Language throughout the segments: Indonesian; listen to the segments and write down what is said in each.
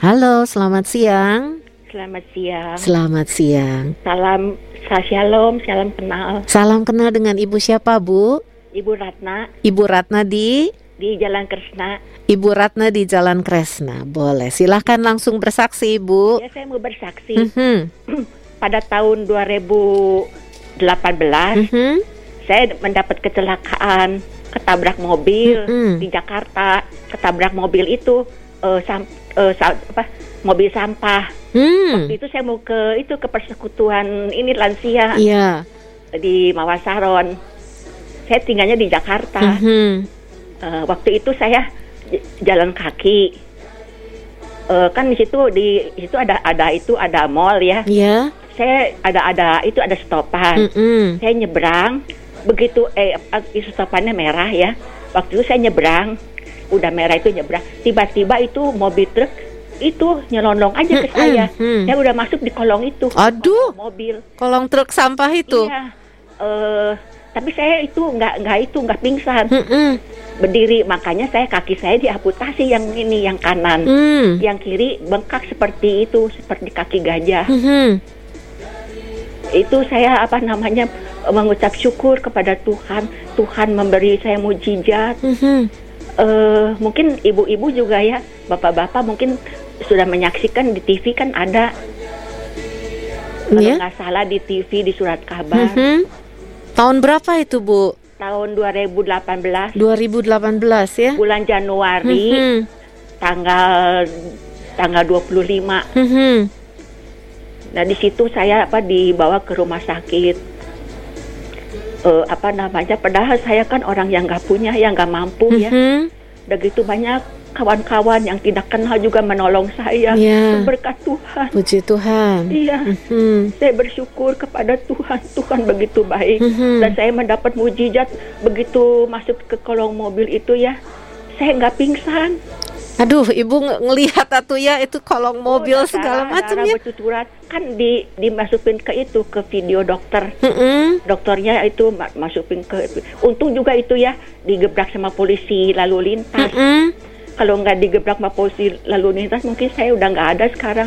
Halo, selamat siang. Selamat siang. Selamat siang. Salam shalom, salam kenal. Salam kenal dengan Ibu siapa, Bu? Ibu Ratna Ibu Ratna di Jalan Kresna. Ibu Ratna di Jalan Kresna. Boleh, silahkan langsung bersaksi, Ibu. Ya, saya mau bersaksi. Pada tahun 2018, saya mendapat kecelakaan, ketabrak mobil di Jakarta. Ketabrak mobil itu mobil sampah. Waktu itu saya mau ke persekutuan ini lansia di Mawasaron. Saya tinggalnya di Jakarta. Waktu itu saya jalan kaki. Kan di situ ada mall ya. Saya ada stopan. Saya nyebrang. Begitu stopannya merah ya. Waktu itu saya nyebrang. Udah merah itu nyebrang, tiba-tiba itu mobil truk itu nyelonong aja ke saya. Saya udah masuk di kolong itu. Aduh, mobil kolong truk sampah itu. Iya. Tapi saya itu nggak pingsan. Berdiri, makanya kaki saya diamputasi yang kanan. Yang kiri bengkak seperti kaki gajah. Itu saya mengucap syukur kepada Tuhan. Tuhan memberi saya mukjizat. Mungkin ibu-ibu juga ya, bapak-bapak mungkin sudah menyaksikan di TV kan ada, kalau nggak salah di TV di surat kabar. Tahun berapa itu, Bu? Tahun 2018. 2018 ya? Bulan Januari, tanggal 25. Nah di situ saya dibawa ke rumah sakit. Padahal saya kan orang yang nggak punya, yang nggak mampu ya. Begitu banyak kawan-kawan yang tidak kenal juga menolong saya. Berkat Tuhan. Puji Tuhan. Iya. Saya bersyukur kepada Tuhan. Tuhan begitu baik. Dan saya mendapat mukjizat begitu masuk ke kolong mobil itu ya. Saya nggak pingsan. Aduh, Ibu ngelihat itu kolong mobil segala macam ya. Bercucuran kan dimasukin ke video dokter. Dokternya itu masukin ke. Untung juga itu ya digebrak sama polisi lalu lintas. Kalau nggak digebrak sama polisi lalu lintas mungkin saya udah nggak ada sekarang.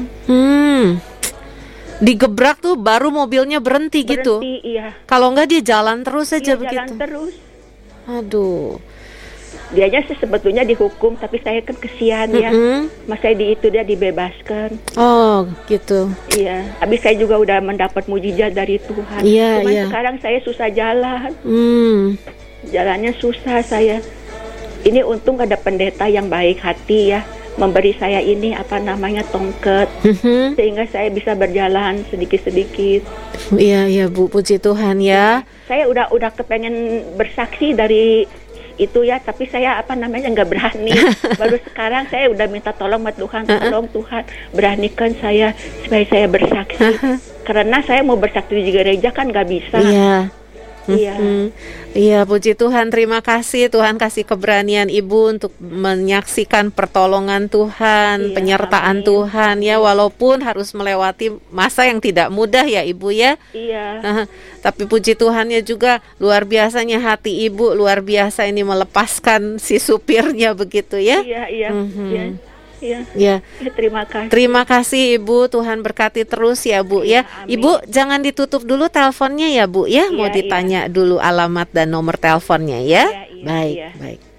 Digebrak tuh baru mobilnya berhenti gitu. Iya. Kalau nggak dia jalan terus aja begitu. Jalan terus. Aduh. Dianya sebetulnya dihukum, tapi saya kan kesian ya. Mas saya dia dibebaskan. Oh, gitu. Iya, habis saya juga udah mendapat mukjizat dari Tuhan. Cuman sekarang saya susah jalan. Jalannya susah saya. Ini untung ada pendeta yang baik hati ya, memberi saya ini tongkat, sehingga saya bisa berjalan sedikit-sedikit. Iya, Bu, puji Tuhan ya. Saya udah kepengen bersaksi dari itu ya, tapi saya nggak berani. Baru sekarang saya udah minta tolong sama Tuhan, tolong Tuhan beranikan saya supaya saya bersaksi. Karena saya mau bersaksi di gereja kan nggak bisa. Iya, puji Tuhan, terima kasih. Tuhan kasih keberanian Ibu untuk menyaksikan pertolongan Tuhan, penyertaan Tuhan ya, walaupun harus melewati masa yang tidak mudah ya Ibu ya. Tapi puji Tuhannya juga luar biasanya hati Ibu, luar biasa ini melepaskan si supirnya begitu ya. Iya. Terima kasih. Terima kasih Ibu, Tuhan berkati terus ya Bu ya. Amin. Ibu jangan ditutup dulu teleponnya ya Bu ya. Mau ditanya dulu alamat dan nomor teleponnya ya. Baik.